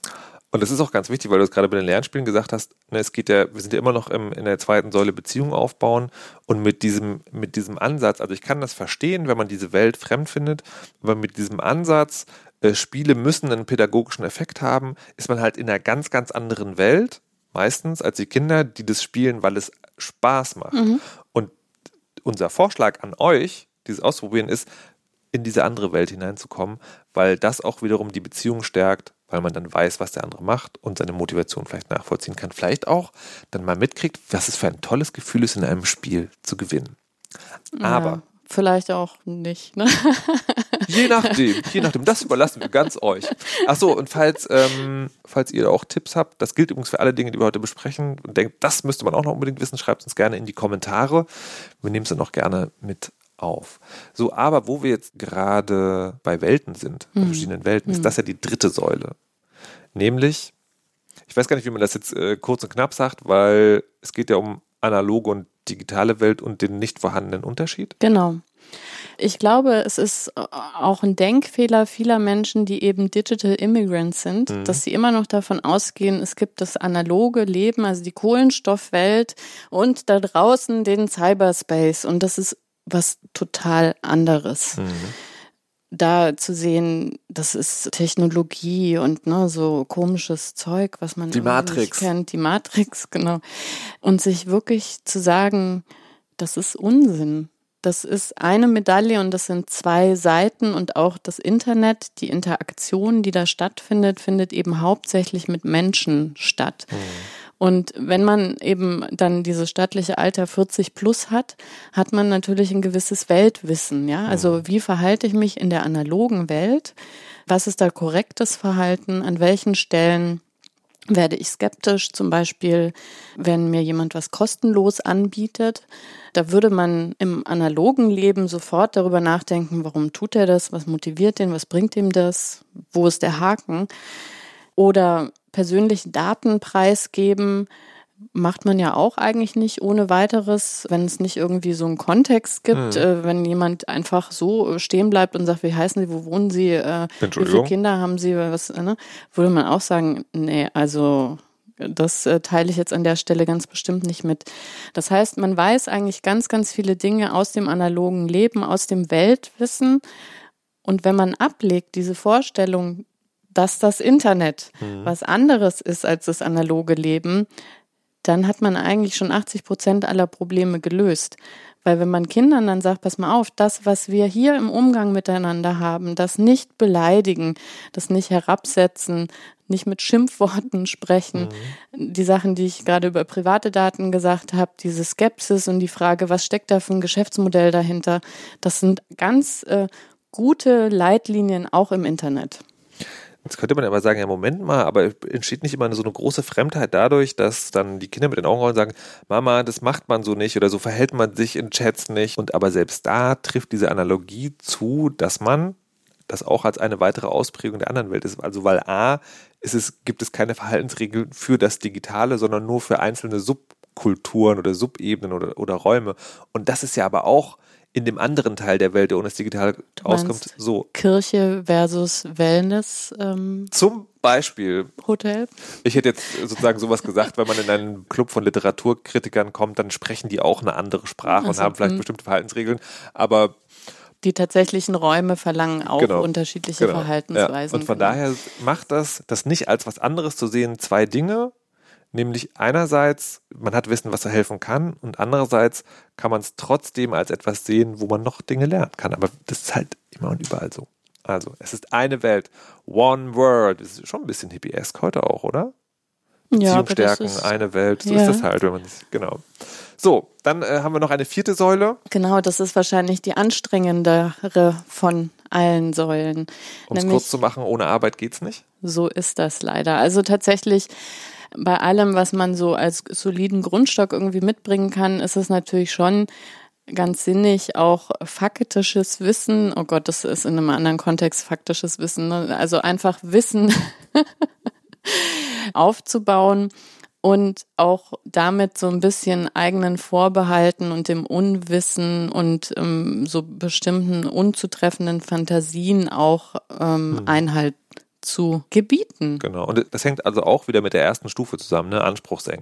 Und das ist auch ganz wichtig, weil du es gerade bei den Lernspielen gesagt hast, ne, wir sind ja immer noch in der zweiten Säule Beziehung aufbauen und mit diesem Ansatz, also ich kann das verstehen, wenn man diese Welt fremd findet, aber mit diesem Ansatz, Spiele müssen einen pädagogischen Effekt haben, ist man halt in einer ganz, ganz anderen Welt, meistens als die Kinder, die das spielen, weil es Spaß macht. Und unser Vorschlag an euch, dieses Ausprobieren, ist, in diese andere Welt hineinzukommen, weil das auch wiederum die Beziehung stärkt, weil man dann weiß, was der andere macht und seine Motivation vielleicht nachvollziehen kann. Vielleicht auch dann mal mitkriegt, was es für ein tolles Gefühl ist, in einem Spiel zu gewinnen. Aber ja, vielleicht auch nicht, ne? Je nachdem, das überlassen wir ganz euch. Achso, und falls ihr auch Tipps habt, das gilt übrigens für alle Dinge, die wir heute besprechen und denkt, das müsste man auch noch unbedingt wissen, schreibt uns gerne in die Kommentare. Wir nehmen es dann auch gerne mit auf. So, aber wo wir jetzt gerade bei Welten sind, bei verschiedenen Welten, ist das ja die dritte Säule. Nämlich, ich weiß gar nicht, wie man das jetzt kurz und knapp sagt, weil es geht ja um analoge und digitale Welt und den nicht vorhandenen Unterschied. Genau. Ich glaube, es ist auch ein Denkfehler vieler Menschen, die eben Digital Immigrants sind, dass sie immer noch davon ausgehen, es gibt das analoge Leben, also die Kohlenstoffwelt und da draußen den Cyberspace und das ist was total anderes. Da zu sehen, das ist Technologie und so komisches Zeug, was man die Matrix nicht kennt. Die Matrix, genau. Und sich wirklich zu sagen, das ist Unsinn. Das ist eine Medaille und das sind zwei Seiten und auch das Internet, die Interaktion, die da stattfindet, findet eben hauptsächlich mit Menschen statt. Und wenn man eben dann dieses stattliche Alter 40 plus hat, hat man natürlich ein gewisses Weltwissen, ja. Also wie verhalte ich mich in der analogen Welt? Was ist da korrektes Verhalten? An welchen Stellen werde ich skeptisch? Zum Beispiel, wenn mir jemand was kostenlos anbietet. Da würde man im analogen Leben sofort darüber nachdenken, warum tut er das? Was motiviert den? Was bringt ihm das? Wo ist der Haken? Oder persönliche Daten preisgeben, macht man ja auch eigentlich nicht ohne weiteres, wenn es nicht irgendwie so einen Kontext gibt, wenn jemand einfach so stehen bleibt und sagt, wie heißen Sie, wo wohnen Sie, wie viele Kinder haben Sie, würde man auch sagen, nee, also das teile ich jetzt an der Stelle ganz bestimmt nicht mit. Das heißt, man weiß eigentlich ganz, ganz viele Dinge aus dem analogen Leben, aus dem Weltwissen und wenn man ablegt, diese Vorstellung, dass das Internet was anderes ist als das analoge Leben, dann hat man eigentlich schon 80% aller Probleme gelöst. Weil wenn man Kindern dann sagt, pass mal auf, das, was wir hier im Umgang miteinander haben, das nicht beleidigen, das nicht herabsetzen, nicht mit Schimpfworten sprechen, die Sachen, die ich gerade über private Daten gesagt habe, diese Skepsis und die Frage, was steckt da für ein Geschäftsmodell dahinter, das sind ganz gute Leitlinien auch im Internet. Jetzt könnte man aber sagen, ja Moment mal, aber entsteht nicht immer so eine große Fremdheit dadurch, dass dann die Kinder mit den Augen rollen und sagen, Mama, das macht man so nicht oder so verhält man sich in Chats nicht. Und aber selbst da trifft diese Analogie zu, dass man das auch als eine weitere Ausprägung der anderen Welt ist. Also weil gibt es keine Verhaltensregeln für das Digitale, sondern nur für einzelne Subkulturen oder Subebenen oder Räume. Und das ist ja aber auch in dem anderen Teil der Welt, der ohne das Digitale auskommt, so. Kirche versus Wellness. Zum Beispiel. Hotel. Ich hätte jetzt sozusagen sowas gesagt, wenn man in einen Club von Literaturkritikern kommt, dann sprechen die auch eine andere Sprache und haben vielleicht bestimmte Verhaltensregeln, aber die tatsächlichen Räume verlangen auch unterschiedliche Verhaltensweisen. Ja. Und von daher macht das nicht als was anderes zu sehen, zwei Dinge. Nämlich einerseits, man hat Wissen, was da helfen kann und andererseits kann man es trotzdem als etwas sehen, wo man noch Dinge lernen kann. Aber das ist halt immer und überall so. Also, es ist eine Welt. One World. Das ist schon ein bisschen hippiesk heute auch, oder? Beziehung stärken, eine Welt. So ist das halt, wenn man das, genau. So, dann haben wir noch eine vierte Säule. Genau, das ist wahrscheinlich die anstrengendere von allen Säulen. Um es kurz zu machen, ohne Arbeit geht's nicht? So ist das leider. Also tatsächlich bei allem, was man so als soliden Grundstock irgendwie mitbringen kann, ist es natürlich schon ganz sinnig, auch faktisches Wissen, oh Gott, das ist in einem anderen Kontext faktisches Wissen, ne? Also einfach Wissen aufzubauen und auch damit so ein bisschen eigenen Vorbehalten und dem Unwissen und so bestimmten unzutreffenden Fantasien auch Einhalt zu gebieten. Genau, und das hängt also auch wieder mit der ersten Stufe zusammen, ne? Anspruch senken.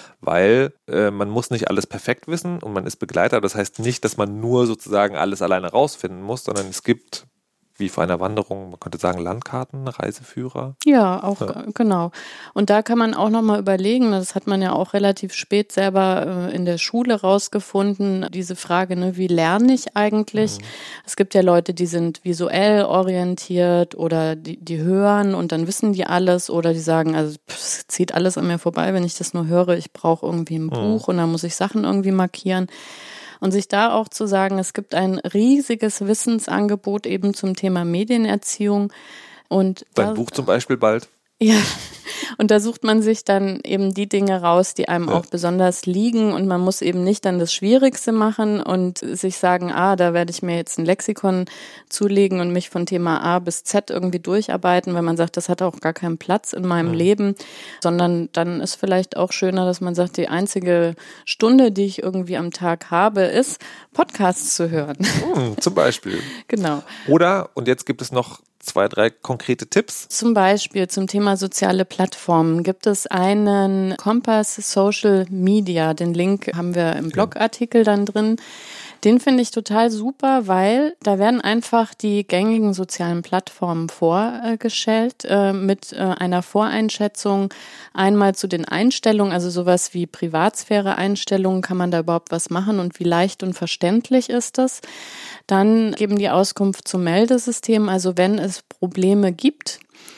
Weil man muss nicht alles perfekt wissen und man ist Begleiter. Das heißt nicht, dass man nur sozusagen alles alleine rausfinden muss, sondern es gibt, wie vor einer Wanderung, man könnte sagen Landkarten, Reiseführer. Ja, auch genau. Und da kann man auch nochmal überlegen, das hat man ja auch relativ spät selber in der Schule rausgefunden, diese Frage, ne, wie lerne ich eigentlich? Es gibt ja Leute, die sind visuell orientiert oder die hören und dann wissen die alles oder die sagen, also es zieht alles an mir vorbei, wenn ich das nur höre, ich brauche irgendwie ein Buch und dann muss ich Sachen irgendwie markieren. Und sich da auch zu sagen, es gibt ein riesiges Wissensangebot eben zum Thema Medienerziehung. Und Dein Buch zum Beispiel bald. Ja, und da sucht man sich dann eben die Dinge raus, die einem auch besonders liegen und man muss eben nicht dann das Schwierigste machen und sich sagen, da werde ich mir jetzt ein Lexikon zulegen und mich von Thema A bis Z irgendwie durcharbeiten, weil man sagt, das hat auch gar keinen Platz in meinem Leben, sondern dann ist vielleicht auch schöner, dass man sagt, die einzige Stunde, die ich irgendwie am Tag habe, ist Podcasts zu hören. Zum Beispiel. Genau. Oder, und jetzt gibt es noch 2, 3 konkrete Tipps. Zum Beispiel zum Thema soziale Plattformen gibt es einen Kompass Social Media. Den Link haben wir im Blogartikel dann drin. Den finde ich total super, weil da werden einfach die gängigen sozialen Plattformen vorgestellt mit einer Voreinschätzung einmal zu den Einstellungen, also sowas wie Privatsphäre-Einstellungen, kann man da überhaupt was machen und wie leicht und verständlich ist das? Dann geben die Auskunft zum Meldesystem, also wenn es Probleme gibt,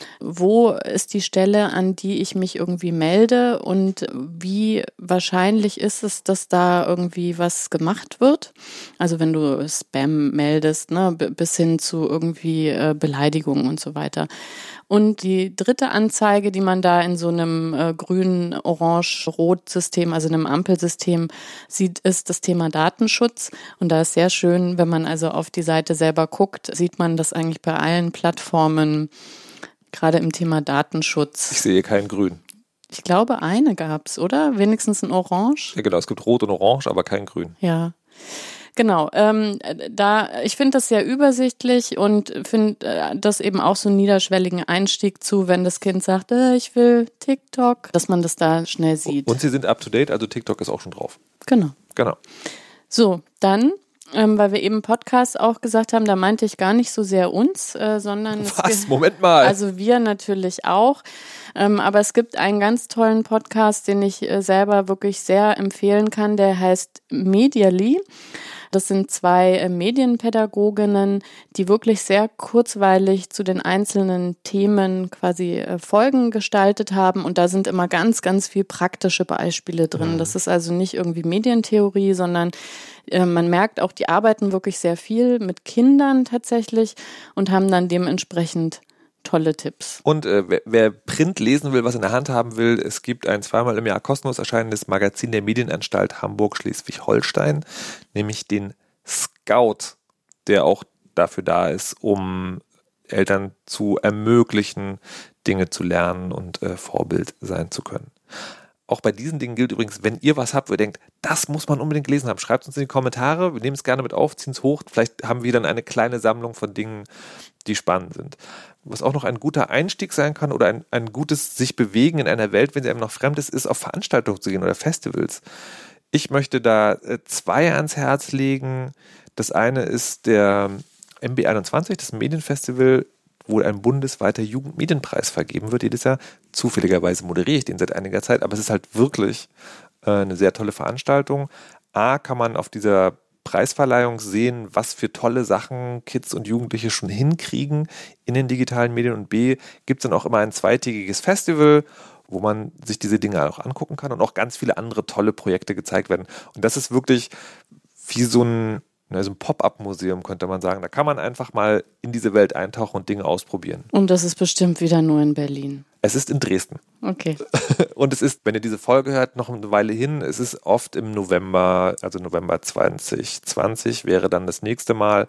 wo ist die Stelle, an die ich mich irgendwie melde und wie wahrscheinlich ist es, dass da irgendwie was gemacht wird? Also wenn du Spam meldest, ne, bis hin zu irgendwie Beleidigungen und so weiter. Und die dritte Anzeige, die man da in so einem grün, orange, rot System, also einem Ampelsystem sieht, ist das Thema Datenschutz. Und da ist sehr schön, wenn man also auf die Seite selber guckt, sieht man das eigentlich bei allen Plattformen, gerade im Thema Datenschutz. Ich sehe kein Grün. Ich glaube, eine gab's, oder? Wenigstens ein Orange? Ja, genau, es gibt Rot und Orange, aber kein Grün. Ja. Genau, ich finde das sehr übersichtlich und finde das eben auch so einen niederschwelligen Einstieg zu, wenn das Kind sagt, ich will TikTok, dass man das da schnell sieht. Und sie sind up to date, also TikTok ist auch schon drauf. Genau. So, dann, weil wir eben Podcast auch gesagt haben, da meinte ich gar nicht so sehr uns, sondern... Was? Moment mal. Also wir natürlich auch. Aber es gibt einen ganz tollen Podcast, den ich selber wirklich sehr empfehlen kann, der heißt Medially. Das sind 2 Medienpädagoginnen, die wirklich sehr kurzweilig zu den einzelnen Themen quasi Folgen gestaltet haben. Und da sind immer ganz, ganz viel praktische Beispiele drin. Das ist also nicht irgendwie Medientheorie, sondern man merkt auch, die arbeiten wirklich sehr viel mit Kindern tatsächlich und haben dann dementsprechend tolle Tipps. Und wer Print lesen will, was in der Hand haben will, es gibt ein 2-mal im Jahr kostenlos erscheinendes Magazin der Medienanstalt Hamburg-Schleswig-Holstein, nämlich den Scout, der auch dafür da ist, um Eltern zu ermöglichen, Dinge zu lernen und Vorbild sein zu können. Auch bei diesen Dingen gilt übrigens, wenn ihr was habt, wo ihr denkt, das muss man unbedingt gelesen haben, schreibt uns in die Kommentare, wir nehmen es gerne mit auf, ziehen es hoch, vielleicht haben wir dann eine kleine Sammlung von Dingen, die spannend sind. Was auch noch ein guter Einstieg sein kann oder ein gutes sich bewegen in einer Welt, wenn sie einem noch fremd ist, auf Veranstaltungen zu gehen oder Festivals. Ich möchte da 2 ans Herz legen. Das eine ist der MB21, das Medienfestival, wo ein bundesweiter Jugendmedienpreis vergeben wird jedes Jahr. Zufälligerweise moderiere ich den seit einiger Zeit, aber es ist halt wirklich eine sehr tolle Veranstaltung. A, kann man auf dieser Preisverleihung sehen, was für tolle Sachen Kids und Jugendliche schon hinkriegen in den digitalen Medien, und B, gibt es dann auch immer ein 2-tägiges Festival, wo man sich diese Dinge auch angucken kann und auch ganz viele andere tolle Projekte gezeigt werden. Und das ist wirklich wie so ein Pop-up-Museum, könnte man sagen. Da kann man einfach mal in diese Welt eintauchen und Dinge ausprobieren. Und das ist bestimmt wieder nur in Berlin. Es ist in Dresden. Okay. Und es ist, wenn ihr diese Folge hört, noch eine Weile hin. Es ist oft im November, also November 2020 wäre dann das nächste Mal.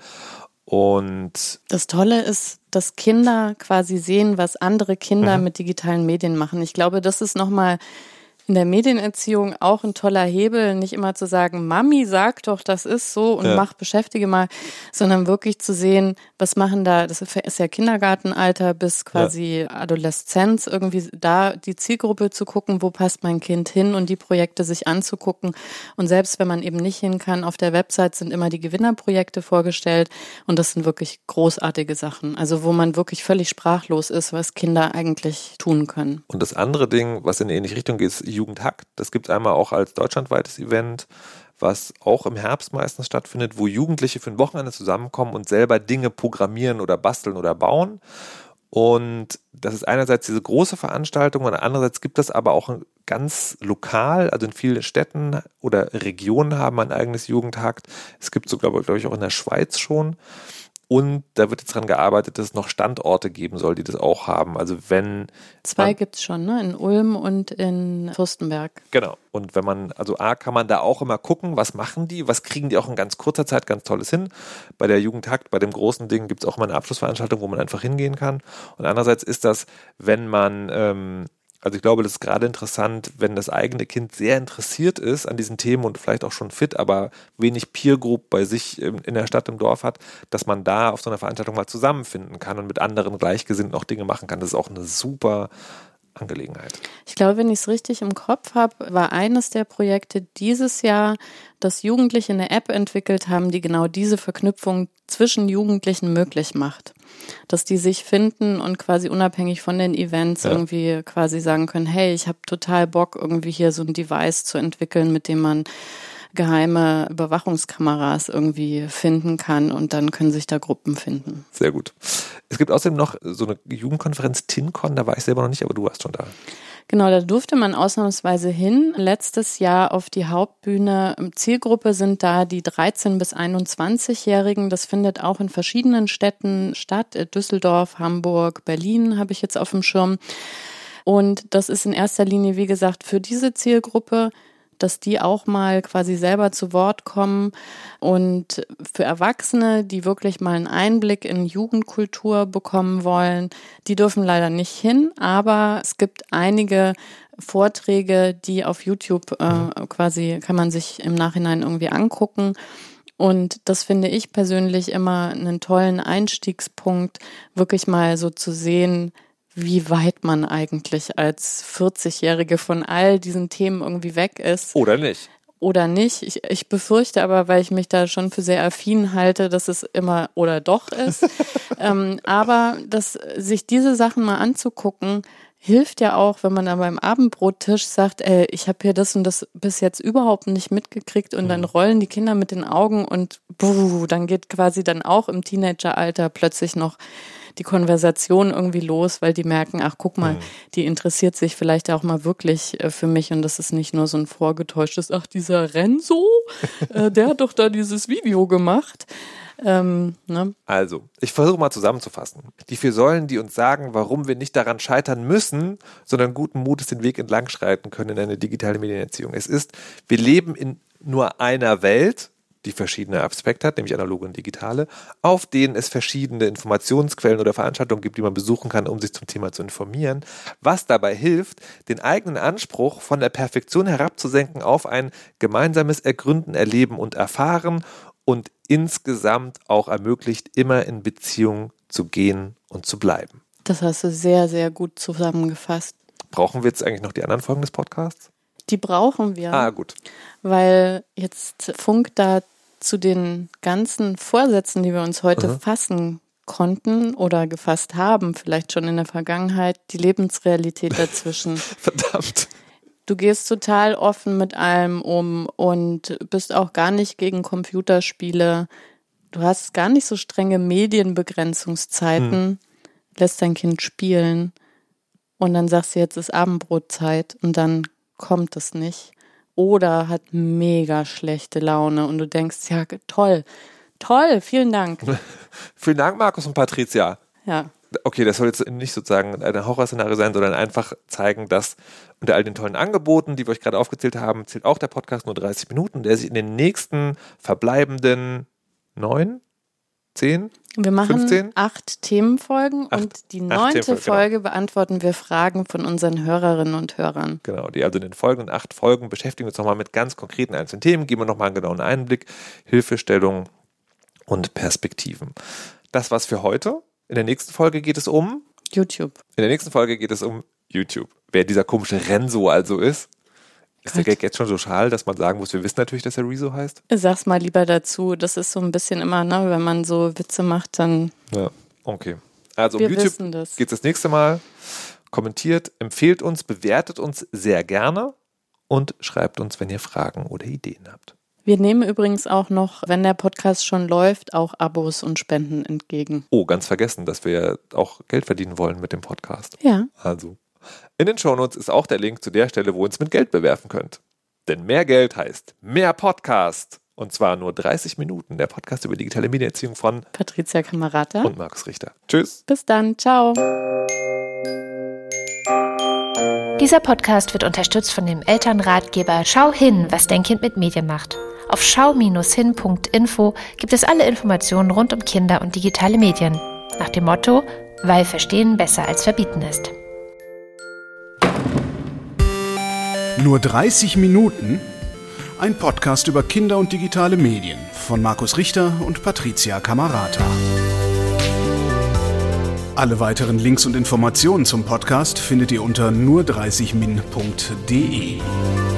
Und das Tolle ist, dass Kinder quasi sehen, was andere Kinder mit digitalen Medien machen. Ich glaube, das ist nochmal in der Medienerziehung auch ein toller Hebel, nicht immer zu sagen, Mami, sag doch, das ist so und beschäftige mal, sondern wirklich zu sehen, was machen da, das ist ja Kindergartenalter bis quasi Adoleszenz, irgendwie da die Zielgruppe zu gucken, wo passt mein Kind hin und die Projekte sich anzugucken. Und selbst wenn man eben nicht hin kann, auf der Website sind immer die Gewinnerprojekte vorgestellt und das sind wirklich großartige Sachen, also wo man wirklich völlig sprachlos ist, was Kinder eigentlich tun können. Und das andere Ding, was in eine ähnliche Richtung geht, ist Jugendhackt. Das gibt es einmal auch als deutschlandweites Event, was auch im Herbst meistens stattfindet, wo Jugendliche für ein Wochenende zusammenkommen und selber Dinge programmieren oder basteln oder bauen. Und das ist einerseits diese große Veranstaltung und andererseits gibt es aber auch ganz lokal, also in vielen Städten oder Regionen haben ein eigenes Jugendhackt. Es gibt so, glaube ich, auch in der Schweiz schon. Und da wird jetzt dran gearbeitet, dass es noch Standorte geben soll, die das auch haben. Also wenn 2 gibt es schon, ne? In Ulm und in Fürstenberg. Genau. Und wenn man, also kann man da auch immer gucken, was machen die, was kriegen die auch in ganz kurzer Zeit ganz Tolles hin. Bei der Jugendhackt, bei dem großen Ding gibt es auch mal eine Abschlussveranstaltung, wo man einfach hingehen kann. Und andererseits ist das, wenn man also ich glaube, das ist gerade interessant, wenn das eigene Kind sehr interessiert ist an diesen Themen und vielleicht auch schon fit, aber wenig Peer Group bei sich in der Stadt, im Dorf hat, dass man da auf so einer Veranstaltung mal zusammenfinden kann und mit anderen Gleichgesinnten auch Dinge machen kann. Das ist auch eine super Angelegenheit. Ich glaube, wenn ich es richtig im Kopf habe, war eines der Projekte dieses Jahr, dass Jugendliche eine App entwickelt haben, die genau diese Verknüpfung zwischen Jugendlichen möglich macht. Dass die sich finden und quasi unabhängig von den Events irgendwie quasi sagen können, hey, ich habe total Bock, irgendwie hier so ein Device zu entwickeln, mit dem man geheime Überwachungskameras irgendwie finden kann und dann können sich da Gruppen finden. Sehr gut. Es gibt außerdem noch so eine Jugendkonferenz TinCon, da war ich selber noch nicht, aber du warst schon da. Genau, da durfte man ausnahmsweise hin. Letztes Jahr auf die Hauptbühne. Zielgruppe sind da die 13- bis 21-Jährigen. Das findet auch in verschiedenen Städten statt. Düsseldorf, Hamburg, Berlin habe ich jetzt auf dem Schirm. Und das ist in erster Linie, wie gesagt, für diese Zielgruppe, dass die auch mal quasi selber zu Wort kommen und für Erwachsene, die wirklich mal einen Einblick in Jugendkultur bekommen wollen, die dürfen leider nicht hin, aber es gibt einige Vorträge, die auf YouTube quasi kann man sich im Nachhinein irgendwie angucken. Und das finde ich persönlich immer einen tollen Einstiegspunkt, wirklich mal so zu sehen, wie weit man eigentlich als 40-Jährige von all diesen Themen irgendwie weg ist. Oder nicht. Oder nicht. Ich befürchte aber, weil ich mich da schon für sehr affin halte, dass es immer oder doch ist. Aber sich diese Sachen mal anzugucken, hilft ja auch, wenn man dann beim Abendbrottisch sagt, ich habe hier das und das bis jetzt überhaupt nicht mitgekriegt und dann rollen die Kinder mit den Augen und dann geht quasi dann auch im Teenageralter plötzlich noch die Konversation irgendwie los, weil die merken, ach guck mal, die interessiert sich vielleicht auch mal wirklich für mich und das ist nicht nur so ein vorgetäuschtes, ach dieser Renzo, der hat doch da dieses Video gemacht. Ne? Also, ich versuche mal zusammenzufassen. Die 4 Säulen, die uns sagen, warum wir nicht daran scheitern müssen, sondern guten Mutes den Weg entlang schreiten können in eine digitale Medienerziehung. Es ist, wir leben in nur einer Welt, die verschiedene Aspekte hat, nämlich analoge und digitale, auf denen es verschiedene Informationsquellen oder Veranstaltungen gibt, die man besuchen kann, um sich zum Thema zu informieren, was dabei hilft, den eigenen Anspruch von der Perfektion herabzusenken auf ein gemeinsames Ergründen, Erleben und Erfahren und insgesamt auch ermöglicht, immer in Beziehung zu gehen und zu bleiben. Das hast du sehr, sehr gut zusammengefasst. Brauchen wir jetzt eigentlich noch die anderen Folgen des Podcasts? Die brauchen wir. Ah, gut. Weil jetzt Funk da zu den ganzen Vorsätzen, die wir uns heute fassen konnten oder gefasst haben, vielleicht schon in der Vergangenheit, die Lebensrealität dazwischen. Verdammt. Du gehst total offen mit allem um und bist auch gar nicht gegen Computerspiele. Du hast gar nicht so strenge Medienbegrenzungszeiten, lässt dein Kind spielen und dann sagst du, jetzt ist Abendbrotzeit und dann kommt es nicht. Oder hat mega schlechte Laune und du denkst, ja toll, vielen Dank. Vielen Dank, Markus und Patricia. Ja. Okay, das soll jetzt nicht sozusagen ein Horrorszenario sein, sondern einfach zeigen, dass unter all den tollen Angeboten, die wir euch gerade aufgezählt haben, zählt auch der Podcast nur 30 Minuten, der sich in den nächsten verbleibenden 9 10? Wir machen 15? 8 Themenfolgen und die 9. Folge beantworten wir Fragen von unseren Hörerinnen und Hörern. Genau, also in den folgenden 8 Folgen beschäftigen wir uns nochmal mit ganz konkreten einzelnen Themen, geben wir nochmal einen genauen Einblick, Hilfestellungen und Perspektiven. Das war's für heute. In der nächsten Folge geht es um YouTube. In der nächsten Folge geht es um YouTube. Wer dieser komische Renzo also ist. Ist der Gag jetzt schon so schal, dass man sagen muss, wir wissen natürlich, dass er Rezo heißt? Sag's mal lieber dazu. Das ist so ein bisschen immer, ne, wenn man so Witze macht, dann... Ja, okay. Also wir um YouTube geht es das nächste Mal. Kommentiert, empfehlt uns, bewertet uns sehr gerne und schreibt uns, wenn ihr Fragen oder Ideen habt. Wir nehmen übrigens auch noch, wenn der Podcast schon läuft, auch Abos und Spenden entgegen. Oh, ganz vergessen, dass wir auch Geld verdienen wollen mit dem Podcast. Ja. Also, in den Shownotes ist auch der Link zu der Stelle, wo ihr uns mit Geld bewerfen könnt. Denn mehr Geld heißt mehr Podcast. Und zwar nur 30 Minuten. Der Podcast über digitale Medienerziehung von Patricia Camerata und Markus Richter. Tschüss. Bis dann. Ciao. Dieser Podcast wird unterstützt von dem Elternratgeber Schau hin, was dein Kind mit Medien macht. Auf schau-hin.info gibt es alle Informationen rund um Kinder und digitale Medien. Nach dem Motto, weil Verstehen besser als Verbieten ist. Nur 30 Minuten? Ein Podcast über Kinder und digitale Medien von Markus Richter und Patricia Camerata. Alle weiteren Links und Informationen zum Podcast findet ihr unter nur30min.de.